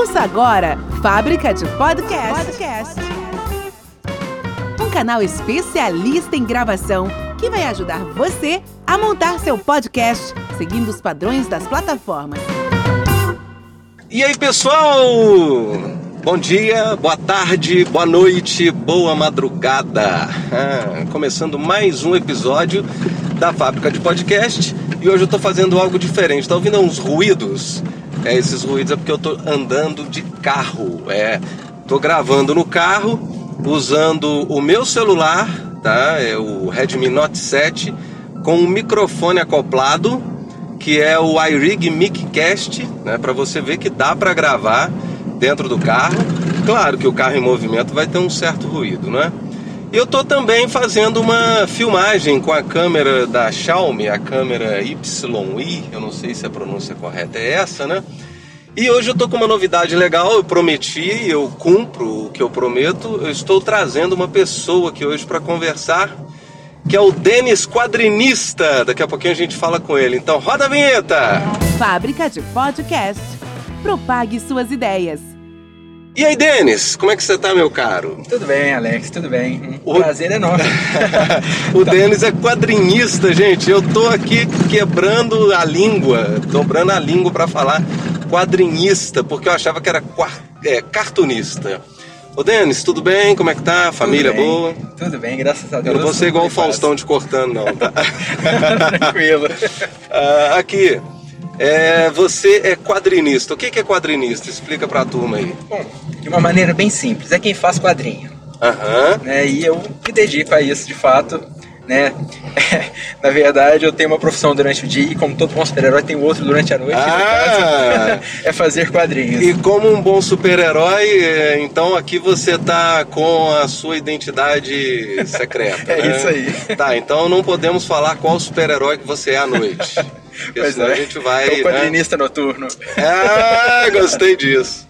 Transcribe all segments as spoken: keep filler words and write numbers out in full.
Ouça agora Fábrica de Podcast. Podcast. Um canal especialista em gravação que vai ajudar você a montar seu podcast seguindo os padrões das plataformas. E aí, pessoal? Bom dia, boa tarde, boa noite, boa madrugada. Ah, começando mais um episódio da Fábrica de Podcast. E hoje eu tô fazendo algo diferente. Tá ouvindo uns ruídos? É, esses ruídos é porque eu tô andando de carro. É, tô gravando no carro, usando o meu celular, tá? É o Redmi Note sete, com um microfone acoplado, que é o iRig Miccast, né? Para você ver que dá para gravar dentro do carro. Claro que o carro em movimento vai ter um certo ruído, né? E eu tô também fazendo uma filmagem com a câmera da Xiaomi, a câmera Y I, eu não sei se a pronúncia correta é essa, né? E hoje eu tô com uma novidade legal, eu prometi, eu cumpro o que eu prometo. Eu estou trazendo uma pessoa aqui hoje para conversar, que é o Denis Quadrinista. Daqui a pouquinho a gente fala com ele, então roda a vinheta! Fábrica de Podcast. Propague suas ideias. E aí, Denis, como é que você tá, meu caro? Tudo bem, Alex, tudo bem. O O- prazer é nosso. O Denis é quadrinista, gente. Eu tô aqui quebrando a língua, dobrando a língua pra falar quadrinista, porque eu achava que era quar- é, cartunista. Ô, Denis, tudo bem? Como é que tá? Família Tudo bem, boa? Tudo bem, graças a Deus. Eu não vou ser igual o Tudo bem, Faustão te cortando, não, tá? fácil. Tranquilo. Ah, aqui, é, você é quadrinista. O que que é quadrinista? Explica pra turma aí. Bom, de uma maneira bem simples, é quem faz quadrinho, Aham. né? E eu me dedico a isso, de fato, né? Na verdade, eu tenho uma profissão durante o dia e, como todo bom super-herói, tem outro durante a noite. Ah! E, no caso, é fazer quadrinhos. E como um bom super-herói, é, então aqui você tá com a sua identidade secreta. É né? isso aí. Tá, então não podemos falar qual super-herói que você é à noite. Porque Pois senão é. a gente vai. Sou né? quadrinista noturno. Ah, gostei disso.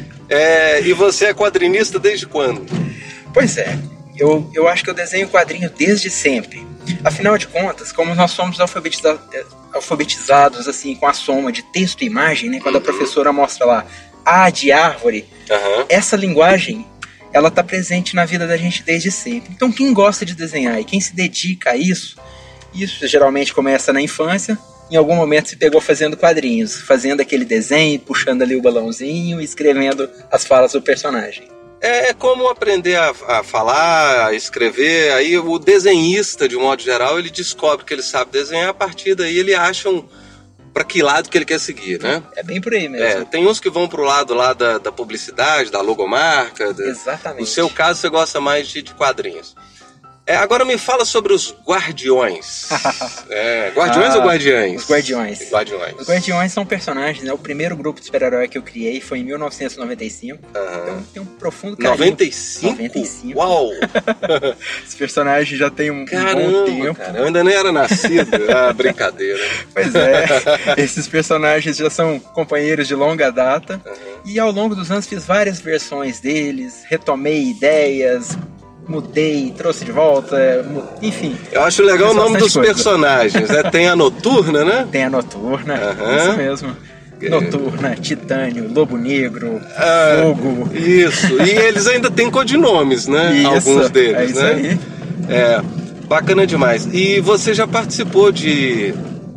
É, e você é quadrinista desde quando? Pois é, eu, eu acho que eu desenho quadrinho desde sempre. Afinal de contas, como nós somos alfabetiza- eh, alfabetizados assim com a soma de texto e imagem, né, quando a professora mostra lá A de árvore, Aham. essa linguagem ela está presente na vida da gente desde sempre. Então quem gosta de desenhar e quem se dedica a isso, isso geralmente começa na infância. Em algum momento se pegou fazendo quadrinhos, fazendo aquele desenho, puxando ali o balãozinho e escrevendo as falas do personagem. É como aprender a, a falar, a escrever. Aí o desenhista, de um modo geral, ele descobre que ele sabe desenhar. A partir daí ele acha um, para que lado que ele quer seguir, né? É bem por aí mesmo. É, tem uns que vão pro lado lá da, da publicidade, da logomarca. da- Exatamente. No seu caso, você gosta mais de, de quadrinhos. É, agora me fala sobre os Guardiões. É, Guardiões Ah, ou Guardiães? os Guardiões. Guardiões. Os Guardiões são personagens, né? O primeiro grupo de super-herói que eu criei foi em mil novecentos e noventa e cinco. Aham. Então tem um profundo carinho. noventa e cinco? noventa e cinco. Uau! Esse personagem já tem um, um bom Caramba, tempo. cara, eu ainda nem era nascido. Ah, brincadeira. Pois é, esses personagens já são companheiros de longa data. E ao longo dos anos fiz várias versões deles, retomei ideias, mudei, trouxe de volta, mu- enfim. Eu acho legal o Fiz nome bastante dos coisa. personagens. É, tem a Noturna, né? Tem a Noturna, Aham. isso mesmo. Noturna, Titânio, Lobo Negro, Ah, Fogo. Isso. E eles ainda têm codinomes, né? Isso, Alguns deles, é isso né? aí. É, bacana demais. E você já participou de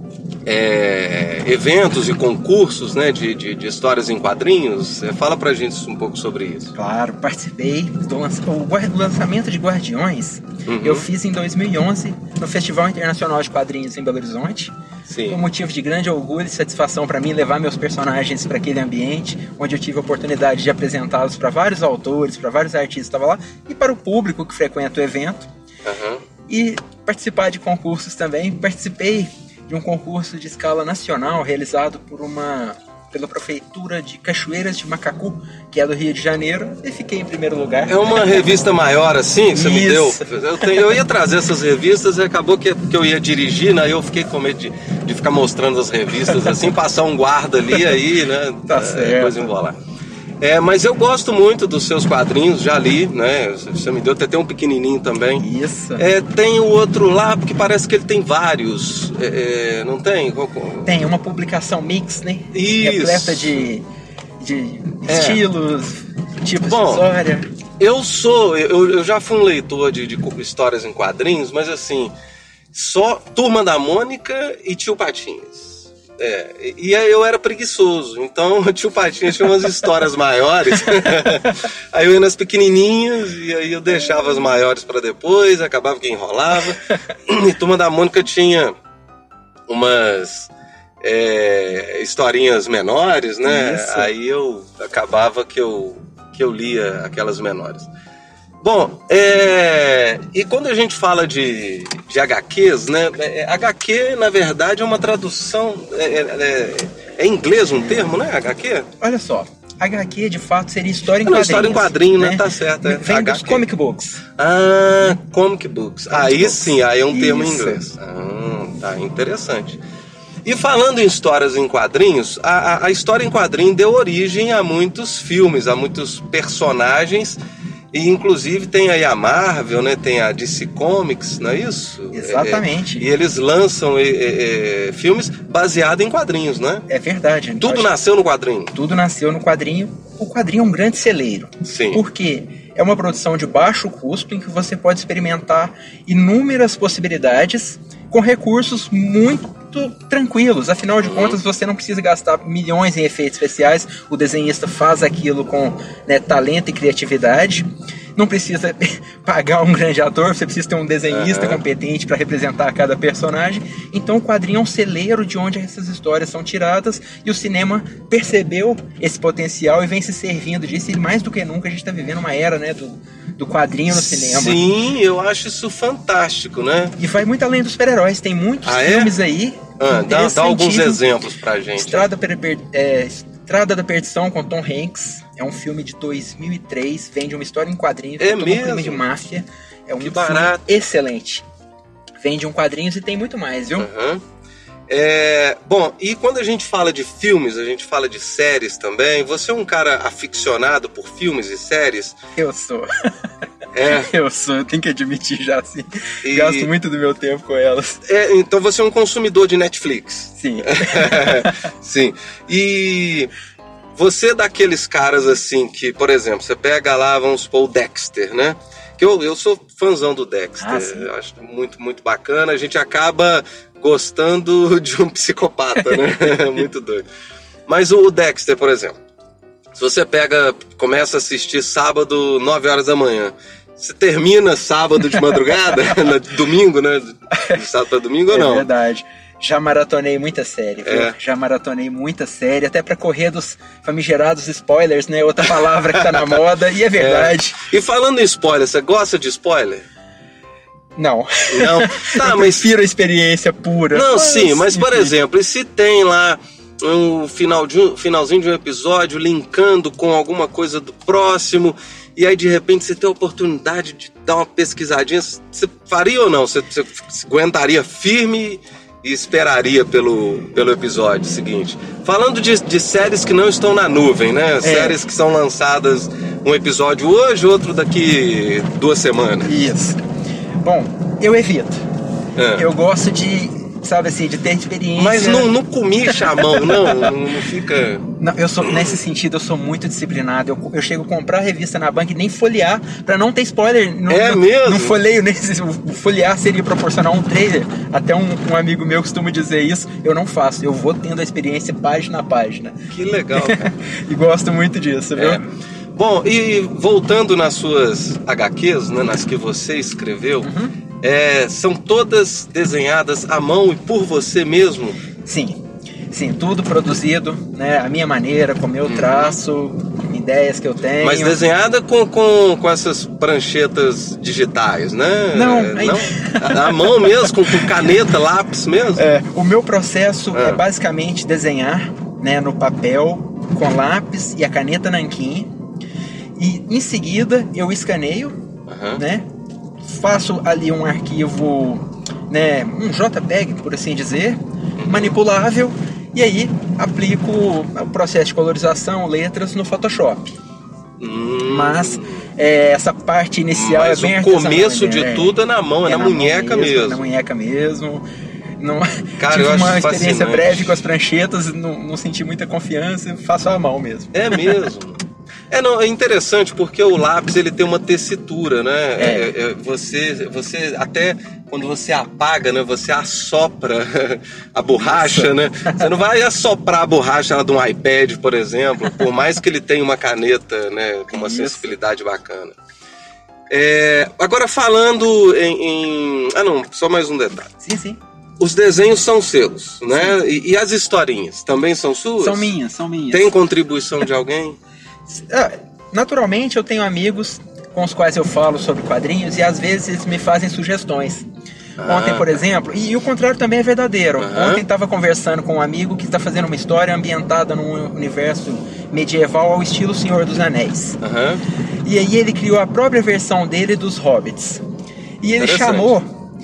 é, eventos e concursos, né? De, de, de histórias em quadrinhos? É, fala pra gente um pouco sobre isso. Claro, participei do lança- o guar- o lançamento de Guardiões. Uhum. Eu fiz em dois mil e onze no Festival Internacional de Quadrinhos em Belo Horizonte. Foi um Sim. motivo de grande orgulho e satisfação para mim levar meus personagens para aquele ambiente, onde eu tive a oportunidade de apresentá-los para vários autores, para vários artistas que estavam lá e para o público que frequenta o evento. Aham. E participar de concursos também. Participei de um concurso de escala nacional realizado por uma pela prefeitura de Cachoeiras de Macacu, que é do Rio de Janeiro, e fiquei em primeiro lugar. É uma revista maior assim que você me deu? Isso. Eu, tenho- eu ia trazer essas revistas e acabou que, que eu ia dirigir, né? Eu fiquei com medo de, de ficar mostrando as revistas assim, passar um guarda ali, aí, né? Tá é, certo. Coisa embolar. É, mas eu gosto muito dos seus quadrinhos, já li, né? Você me deu até tem um pequenininho também. Isso. É, tem o outro lá, porque parece que ele tem vários, é, é, não tem? Qual- qual- Tem uma publicação mix, né? Isso. Repleta de, de É. estilos, tipos Bom, de história? Eu sou, eu, eu já fui um leitor de, de histórias em quadrinhos, mas assim, só Turma da Mônica e Tio Patinhas. É, e aí eu era preguiçoso, então o Tio Patinhas tinha umas histórias maiores, aí eu ia nas pequenininhas e aí eu deixava as maiores para depois, acabava que enrolava, e Turma da Mônica tinha umas é, historinhas menores, né? Isso. Aí eu acabava que eu, que eu lia aquelas menores. Bom, é, e quando a gente fala de, de agá quês, né? É, agá quê, na verdade, é uma tradução. É, é, é em inglês um termo, né? agá quê? Olha só, agá quê de fato seria história em Não, quadrinhos. história em quadrinho, né? Tá certo. É. Vem dos agá quê. comic books. Ah, comic books. Comic Aí books. sim, aí é um termo em Isso. inglês. Ah, tá interessante. E falando em histórias em quadrinhos, a, a, a história em quadrinho deu origem a muitos filmes, a muitos personagens. E inclusive tem aí a Marvel, né? Tem a D C Comics, não é isso? Exatamente. É, e eles lançam é, é, filmes baseados em quadrinhos, né? É verdade. Tudo Acho- nasceu no quadrinho. Tudo nasceu no quadrinho. O quadrinho é um grande celeiro. Sim. Porque é uma produção de baixo custo em que você pode experimentar inúmeras possibilidades com recursos muito tranquilos. Afinal de Uhum. contas, você não precisa gastar milhões em efeitos especiais. O desenhista faz aquilo com, né, talento e criatividade. Não precisa pagar um grande ator, você precisa ter um desenhista Uhum. competente para representar cada personagem. Então o quadrinho é um celeiro de onde essas histórias são tiradas, e o cinema percebeu esse potencial e vem se servindo disso, e mais do que nunca a gente está vivendo uma era, né, do, do quadrinho no cinema. Sim, eu acho isso fantástico, né? E vai muito além dos super-heróis, tem muitos Ah, é? filmes aí. Ah, dá, dá alguns interessantíssimos. exemplos pra gente. Estrada, per, per- é, Estrada da Perdição com Tom Hanks é um filme de dois mil e três, vem de uma história em quadrinhos, É com todo um mesmo? clima de máfia. É um Que filme barato. excelente. Vem de um quadrinhos e tem muito mais, viu? Uhum. É, bom, e quando a gente fala de filmes, a gente fala de séries também. Você é um cara aficionado por filmes e séries? Eu sou. É. Eu sou, eu tenho que admitir já, assim. E- Gasto muito do meu tempo com elas. É, então você é um consumidor de Netflix. Sim. Sim. E você é daqueles caras assim que, por exemplo, você pega lá, vamos supor, o Dexter, né? Que eu, eu sou fãzão do Dexter. Ah, sim. Eu acho muito, muito bacana. A gente acaba gostando de um psicopata, né? Muito doido. Mas o Dexter, por exemplo, se você pega, começa a assistir sábado, nove horas da manhã, você termina sábado de madrugada, no domingo, né? De sábado para domingo ou É não? verdade. Já maratonei muita série, viu? É. Já maratonei muita série, até pra correr dos famigerados spoilers, né? Outra palavra que tá na moda, e é verdade. E falando em spoiler, você gosta de spoiler? Não. Não? Tá, Eu mas... prefiro a experiência pura. Não, sim, mas por enfim. exemplo, e se tem lá um final de um, finalzinho de um episódio linkando com alguma coisa do próximo, e aí de repente você tem a oportunidade de dar uma pesquisadinha, você faria ou não? Você, você aguentaria firme e esperaria pelo, pelo episódio seguinte? Falando de, de séries que não estão na nuvem, né? Séries que são lançadas um episódio hoje, outro daqui duas semanas. Isso. Bom, eu evito. É. Eu gosto de, sabe assim, de ter experiência. Mas não, não comicha a mão, não, não, não fica... Não, eu sou, nesse sentido, eu sou muito disciplinado. Eu, eu chego a comprar a revista na banca e nem folhear, pra não ter spoiler. Não, É não, mesmo? Não folheio nesse. O folhear seria proporcionar um trailer. Até um, um amigo meu costuma dizer isso. Eu não faço. Eu vou tendo a experiência página a página. Que legal, cara. E gosto muito disso, viu? É. Bom, e voltando nas suas agá quês, né, nas que você escreveu, Uhum. é, são todas desenhadas à mão e por você mesmo? Sim. Sim, tudo produzido, né? A minha maneira, com o meu traço, ideias que eu tenho. Mas desenhada com, com, com essas pranchetas digitais, né? Não, É, aí- não? À mão mesmo, com, com caneta, lápis mesmo? É, o meu processo É. é basicamente desenhar, né, no papel, com lápis e a caneta nanquim. E em seguida eu escaneio, Aham. né? Faço ali um arquivo, né, um JPEG, por assim dizer, manipulável, e aí aplico o processo de colorização, letras no Photoshop. Hum, Mas é, essa parte inicial mas é bem o artesanal, começo né? de tudo é na mão, é, na, mão munheca mesmo. Na munheca mesmo. Não, Cara, tive eu uma acho experiência fascinante. breve com as pranchetas, não, não senti muita confiança, faço à mão mesmo. É mesmo. É, não, é interessante porque o lápis ele tem uma tessitura, né? É. É, é, você, você até quando você apaga, né? Você assopra a borracha, né? Você não vai assoprar a borracha de um iPad, por exemplo, por mais que ele tenha uma caneta, né? Com uma Isso. sensibilidade bacana. É, agora falando em, em... Ah, não, só mais um detalhe. Sim, sim. Os desenhos são seus, né? E, e as historinhas também são suas? São minhas, são minhas. Tem contribuição de alguém? Ah, naturalmente eu tenho amigos com os quais eu falo sobre quadrinhos e às vezes eles me fazem sugestões. Ah. Ontem, por exemplo, e, e o contrário também é verdadeiro. Aham. Ontem estava conversando com um amigo que está fazendo uma história ambientada num universo medieval ao estilo Senhor dos Anéis. Aham. E aí ele criou a própria versão dele dos Hobbits. E ele Interessante. chamou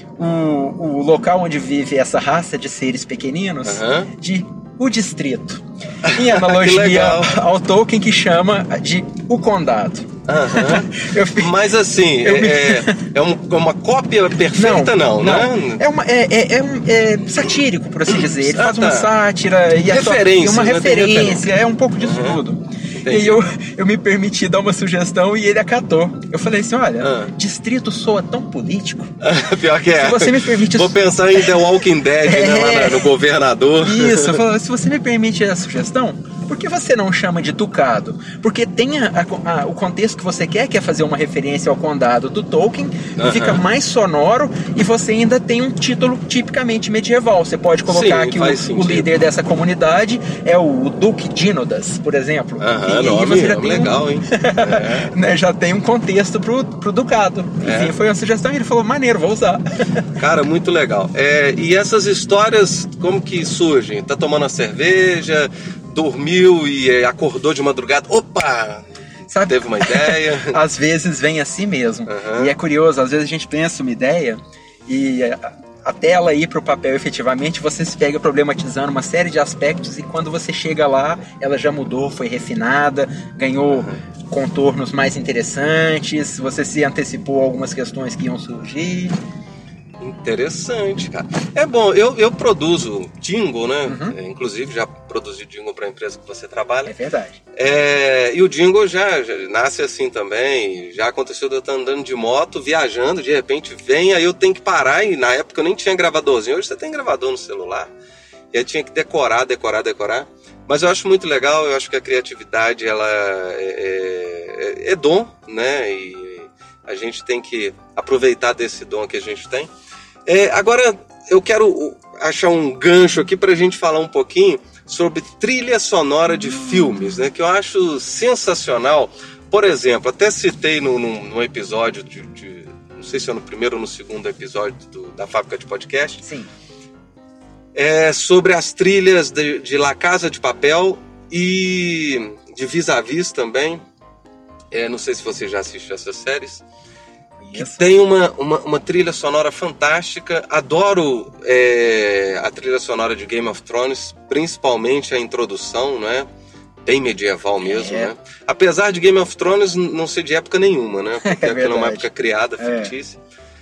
o, o local onde vive essa raça de seres pequeninos Aham. de O Distrito. Em Que analogia legal. ao Tolkien, que chama de O Condado. Aham. Eu fiz- Mas assim, Eu é, me- é, é um- é uma cópia perfeita, não, né? É, uma, é, é, é, um- é satírico, por assim dizer. Ele Ah, faz uma tá. sátira e, a- Referências, e uma né? Tem referência, referência. é um pouco disso Uhum. tudo. Entendi. E eu, eu me permiti dar uma sugestão e ele acatou. Eu falei assim, olha, Ah. distrito soa tão político. Pior que é. Se você me permite- Vou pensar em The Walking Dead, né? Lá É. na- no governador. Isso, eu falo, se você me permite a sugestão, por que você não chama de ducado? Porque tem a- a- a- o contexto que você quer, que é fazer uma referência ao condado do Tolkien, Aham. fica mais sonoro e você ainda tem um título tipicamente medieval. Você pode colocar Sim, que o, faz o sentido. líder dessa comunidade é o Duque Dínodas, por exemplo. Aham, e aí nome, você já nome tem um- legal, hein? É. né, já tem um contexto pro, pro ducado. É. Enfim, foi uma sugestão e ele falou, maneiro, vou usar. Cara, muito legal. É, e essas histórias, como que surgem? Tá tomando uma cerveja, dormiu e é, acordou de madrugada. Opa! Sabe? Teve uma ideia. Às vezes vem assim mesmo. Aham. E é curioso, às vezes a gente pensa uma ideia e a- até ela ir para o papel efetivamente, você se pega problematizando uma série de aspectos e quando você chega lá, ela já mudou, foi refinada, ganhou contornos mais interessantes, você se antecipou a algumas questões que iam surgir. Interessante, cara. É bom, eu, eu produzo jingle, né? Uhum. É, inclusive já produzi jingle para a empresa que você trabalha. É verdade. É, e o jingle já, já nasce assim também. Já aconteceu de eu estar andando de moto, viajando, de repente vem, aí eu tenho que parar. E na época eu nem tinha gravadorzinho. Hoje você tem gravador no celular. E aí tinha que decorar, decorar, decorar. Mas eu acho muito legal, eu acho que a criatividade ela é, é, é dom, né? E a gente tem que aproveitar desse dom que a gente tem. É, agora eu quero achar um gancho aqui para a gente falar um pouquinho sobre trilha sonora de filmes, né? Que eu acho sensacional. Por exemplo, até citei no, no, no episódio de, de, não sei se é no primeiro ou no segundo episódio do, da Fábrica de Podcast, Sim. é sobre as trilhas de, de La Casa de Papel e de Vis-a-Vis também. É, não sei se você já assistiu essas séries. Que Conheço. tem uma, uma, uma trilha sonora fantástica. Adoro é, a trilha sonora de Game of Thrones, principalmente a introdução, né? Bem medieval mesmo, É. né? Apesar de Game of Thrones não ser de época nenhuma, né? Porque É aquilo é uma verdade. época criada, É. fictícia.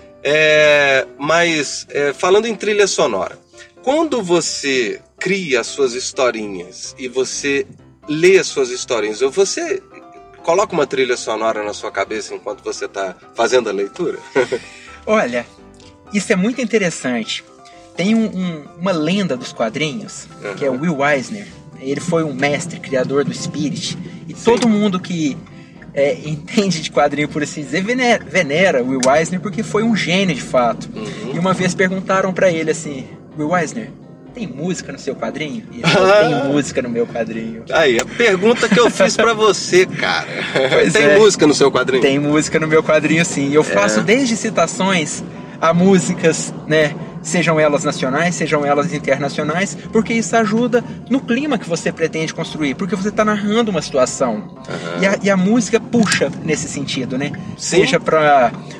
É, mas, é, falando em trilha sonora, quando você cria as suas historinhas e você lê as suas historinhas, ou você coloca uma trilha sonora na sua cabeça enquanto você está fazendo a leitura? Olha, isso é muito interessante. Tem um- um- uma lenda dos quadrinhos, Uhum. que é o Will Eisner. Ele foi um mestre, criador do Spirit. E todo mundo que é, entende de quadrinho, por assim dizer, venera, venera o Will Eisner porque foi um gênio de fato. Uhum. E uma vez perguntaram pra ele assim, Will Eisner, tem música no seu quadrinho? E ele falou, tem música no meu quadrinho. Aí, a pergunta que eu fiz pra você, cara. Pois Tem é. música no seu quadrinho? Tem música no meu quadrinho, sim. E eu faço É. desde citações a músicas, né? Sejam elas nacionais, sejam elas internacionais, porque isso ajuda no clima que você pretende construir, porque você está narrando uma situação. Aham. E, a, e a música puxa nesse sentido, né? Sim. Seja para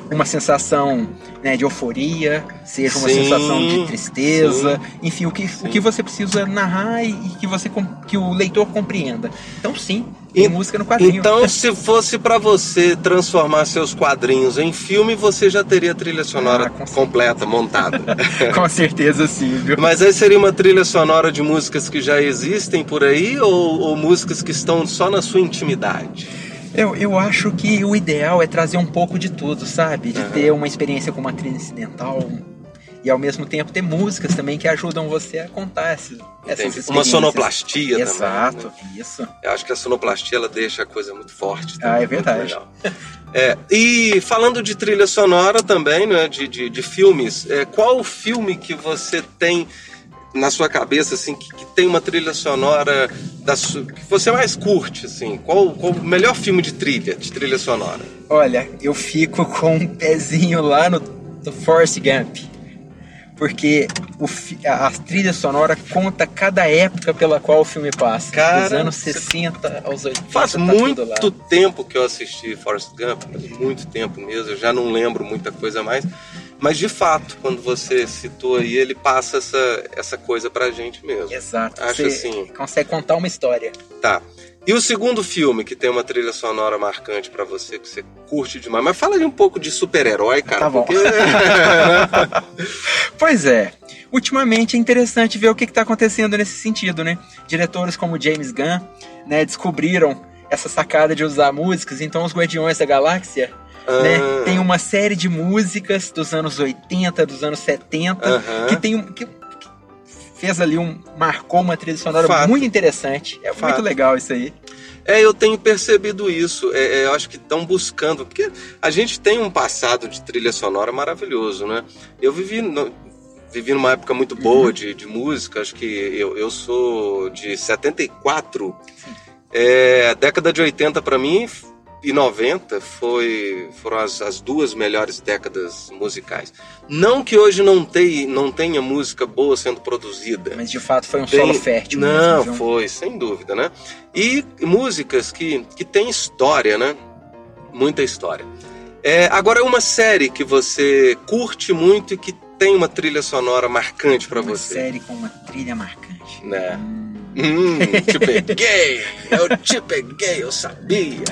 uma sensação, né, de euforia, seja uma Sim, sensação de tristeza, sim. enfim, o que, Sim. o que você precisa narrar e que, você, que o leitor compreenda. Então sim, tem E, música no quadrinho. Então, se fosse pra você transformar seus quadrinhos em filme, você já teria a trilha sonora Ah, com completa, montada. Com certeza sim, viu? Mas aí seria uma trilha sonora de músicas que já existem por aí ou, ou músicas que estão só na sua intimidade? Eu, eu acho que o ideal é trazer um pouco de tudo, sabe? De Uhum. ter uma experiência com uma trilha incidental e ao mesmo tempo ter músicas também que ajudam você a contar essas, essas Entendi. experiências. Uma sonoplastia também. Exato, Né? isso. Eu acho que a sonoplastia ela deixa a coisa muito forte. Também, Ah, é muito verdade. legal. É, e falando de trilha sonora também, né, de, de, de filmes, é, qual o filme que você tem na sua cabeça, assim, que, que tem uma trilha sonora da su... que você mais curte, assim? Qual, qual o melhor filme de trilha, de trilha sonora? Olha, eu fico com um pezinho lá no, no Forrest Gump. Porque o, fi- a, a trilha sonora conta cada época pela qual o filme passa. Cara, dos anos cê- sessenta aos oitenta. Faz tá muito tudo lá. tempo que eu assisti Forrest Gump, faz muito tempo mesmo, eu já não lembro muita coisa mais. Mas de fato, quando você citou aí, ele passa essa, essa coisa pra gente mesmo. Exato. Acho você assim. consegue contar uma história. Tá. E o segundo filme que tem uma trilha sonora marcante pra você, que você curte demais. Mas fala aí um pouco de super-herói, cara. Tá bom. Porque... Pois é. Ultimamente é interessante ver o que está acontecendo nesse sentido, né? Diretores como James Gunn, né, descobriram essa sacada de usar músicas. Então os Guardiões da Galáxia, Ah. né, tem uma série de músicas dos anos oitenta, dos anos setenta, Aham. que tem um... Que, que fez ali um... marcou uma trilha sonora Fato. muito interessante. É Fato. muito legal isso aí. É, eu tenho percebido isso. É, é, eu acho que estão buscando, porque a gente tem um passado de trilha sonora maravilhoso, né? Eu vivi, no, vivi numa época muito boa Uhum. de, de música. Acho que eu, eu sou de setenta e quatro. É, a década de oitenta para mim e noventa foi, foram as, as duas melhores décadas musicais. Não que hoje não, tenha, não tenha música boa sendo produzida. Mas de fato foi um Tem- solo fértil. Não, mesmo, viu? foi, sem dúvida, né? E músicas que, que tem história, né? Muita história. É, agora, uma série que você curte muito e que tem uma trilha sonora marcante pra Uma você. série com uma trilha marcante. Né? Hum. Hum, te peguei! Eu te peguei, eu sabia!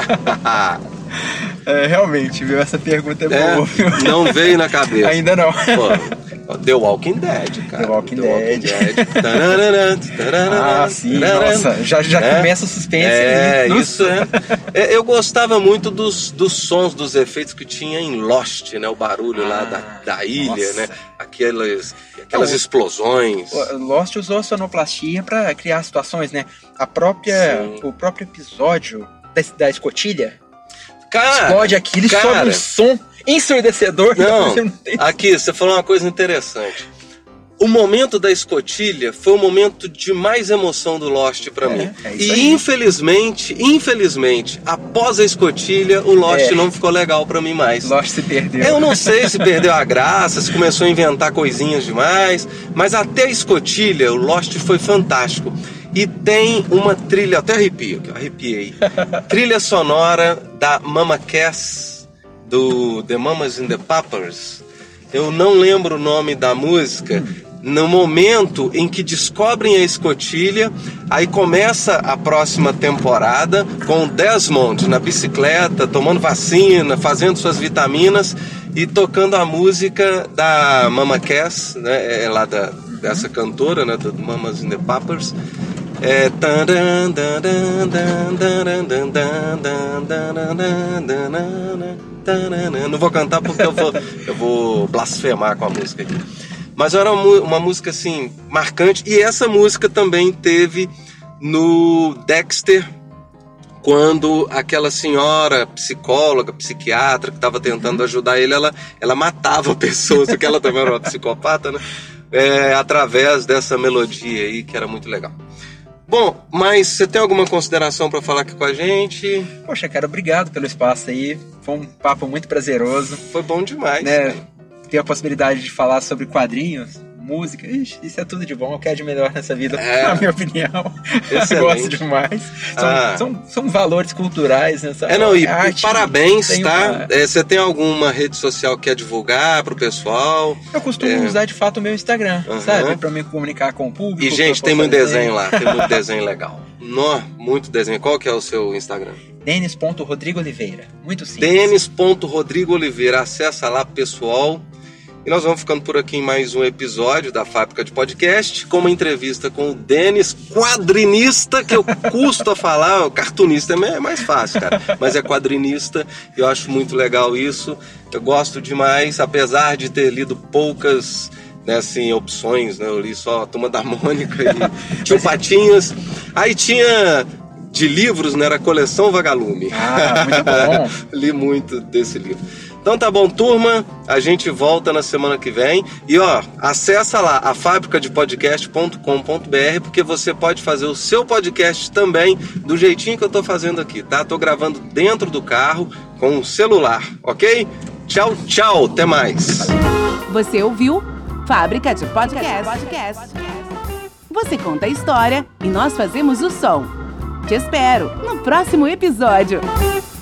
É, realmente, viu? Essa pergunta é, É, boa, viu? não veio na cabeça. Ainda não. Pô, The Walking Dead, cara. The Walking Dead. Tararara, tararara, Ah, sim, tararara. nossa, já, já É. começa o suspense É, aí. Nossa. isso é. É, eu gostava muito dos, dos sons, dos efeitos que tinha em Lost, né? O barulho lá Ah, da, da ilha, nossa. né? Aquelas, aquelas Não, explosões. O Lost usou a sonoplastia para criar situações, né? A própria, Sim. o próprio episódio da, da escotilha Cara, explode aquilo e cara. sobe um som ensurdecedor. Não, Você tem- aqui, você falou uma coisa interessante. O momento da escotilha foi o momento de mais emoção do Lost pra É, mim. é isso E aí. infelizmente, infelizmente, após a escotilha, o Lost É. não ficou legal pra mim mais. Lost se perdeu. Eu não sei se perdeu a graça, se começou a inventar coisinhas demais, mas até a escotilha, o Lost foi fantástico. E tem uma trilha, até arrepio, que eu arrepiei. Trilha sonora da Mama Cass, do The Mamas and the Papas. Eu não lembro o nome da música. No momento em que descobrem a escotilha, aí começa a próxima temporada com o Desmond na bicicleta, tomando vacina, fazendo suas vitaminas e tocando a música da Mama Cass, né, é lá da, dessa cantora, né, do Mamas and the Papas. É... Não vou cantar porque eu vou, eu vou blasfemar com a música aqui. Mas era uma, uma música assim marcante. E essa música também teve no Dexter, quando aquela senhora psicóloga, psiquiatra que estava tentando ajudar ele, ela, ela matava pessoas, porque ela também era uma psicopata, né? É, através dessa melodia aí, que era muito legal. Bom, mas você tem alguma consideração para falar aqui com a gente? Poxa, cara, obrigado pelo espaço aí. Foi um papo muito prazeroso, Foi bom demais. né? Ter a possibilidade de falar sobre quadrinhos, música. Ixi, isso é tudo de bom, eu quero de melhor nessa vida, É. na minha opinião. Excelente. Eu gosto demais. São, Ah. são, são valores culturais, né? É, não, e, Arte, e parabéns, tem tá? uma- É, você tem alguma rede social que quer divulgar pro pessoal? Eu costumo É. usar de fato o meu Instagram, Aham. sabe? Pra me comunicar com o público. E, gente, pra tem muito postar desenho lá, tem muito desenho legal. Nó, muito desenho. Qual que é o seu Instagram? Denis ponto Rodrigo Oliveira. Muito simples. Denis ponto Rodrigo Oliveira. Acessa lá, pessoal. E nós vamos ficando por aqui em mais um episódio da Fábrica de Podcast, com uma entrevista com o Denis, quadrinista, que eu custo a falar, o cartunista é mais fácil, cara, mas é quadrinista, eu acho muito legal isso, eu gosto demais, apesar de ter lido poucas, né, assim, opções, né, eu li só a Turma da Mônica e tinha o Patinhas, aí tinha de livros, né, era a coleção Vagalume. Ah, muito bom. Li muito desse livro. Então tá bom, turma, a gente volta na semana que vem e ó, acessa lá a fábrica de podcast ponto com ponto b r porque você pode fazer o seu podcast também do jeitinho que eu tô fazendo aqui, tá? Tô gravando dentro do carro com o celular, ok? Tchau, tchau, até mais. Você ouviu Fábrica de Podcast. Você conta a história e nós fazemos o som. Te espero no próximo episódio.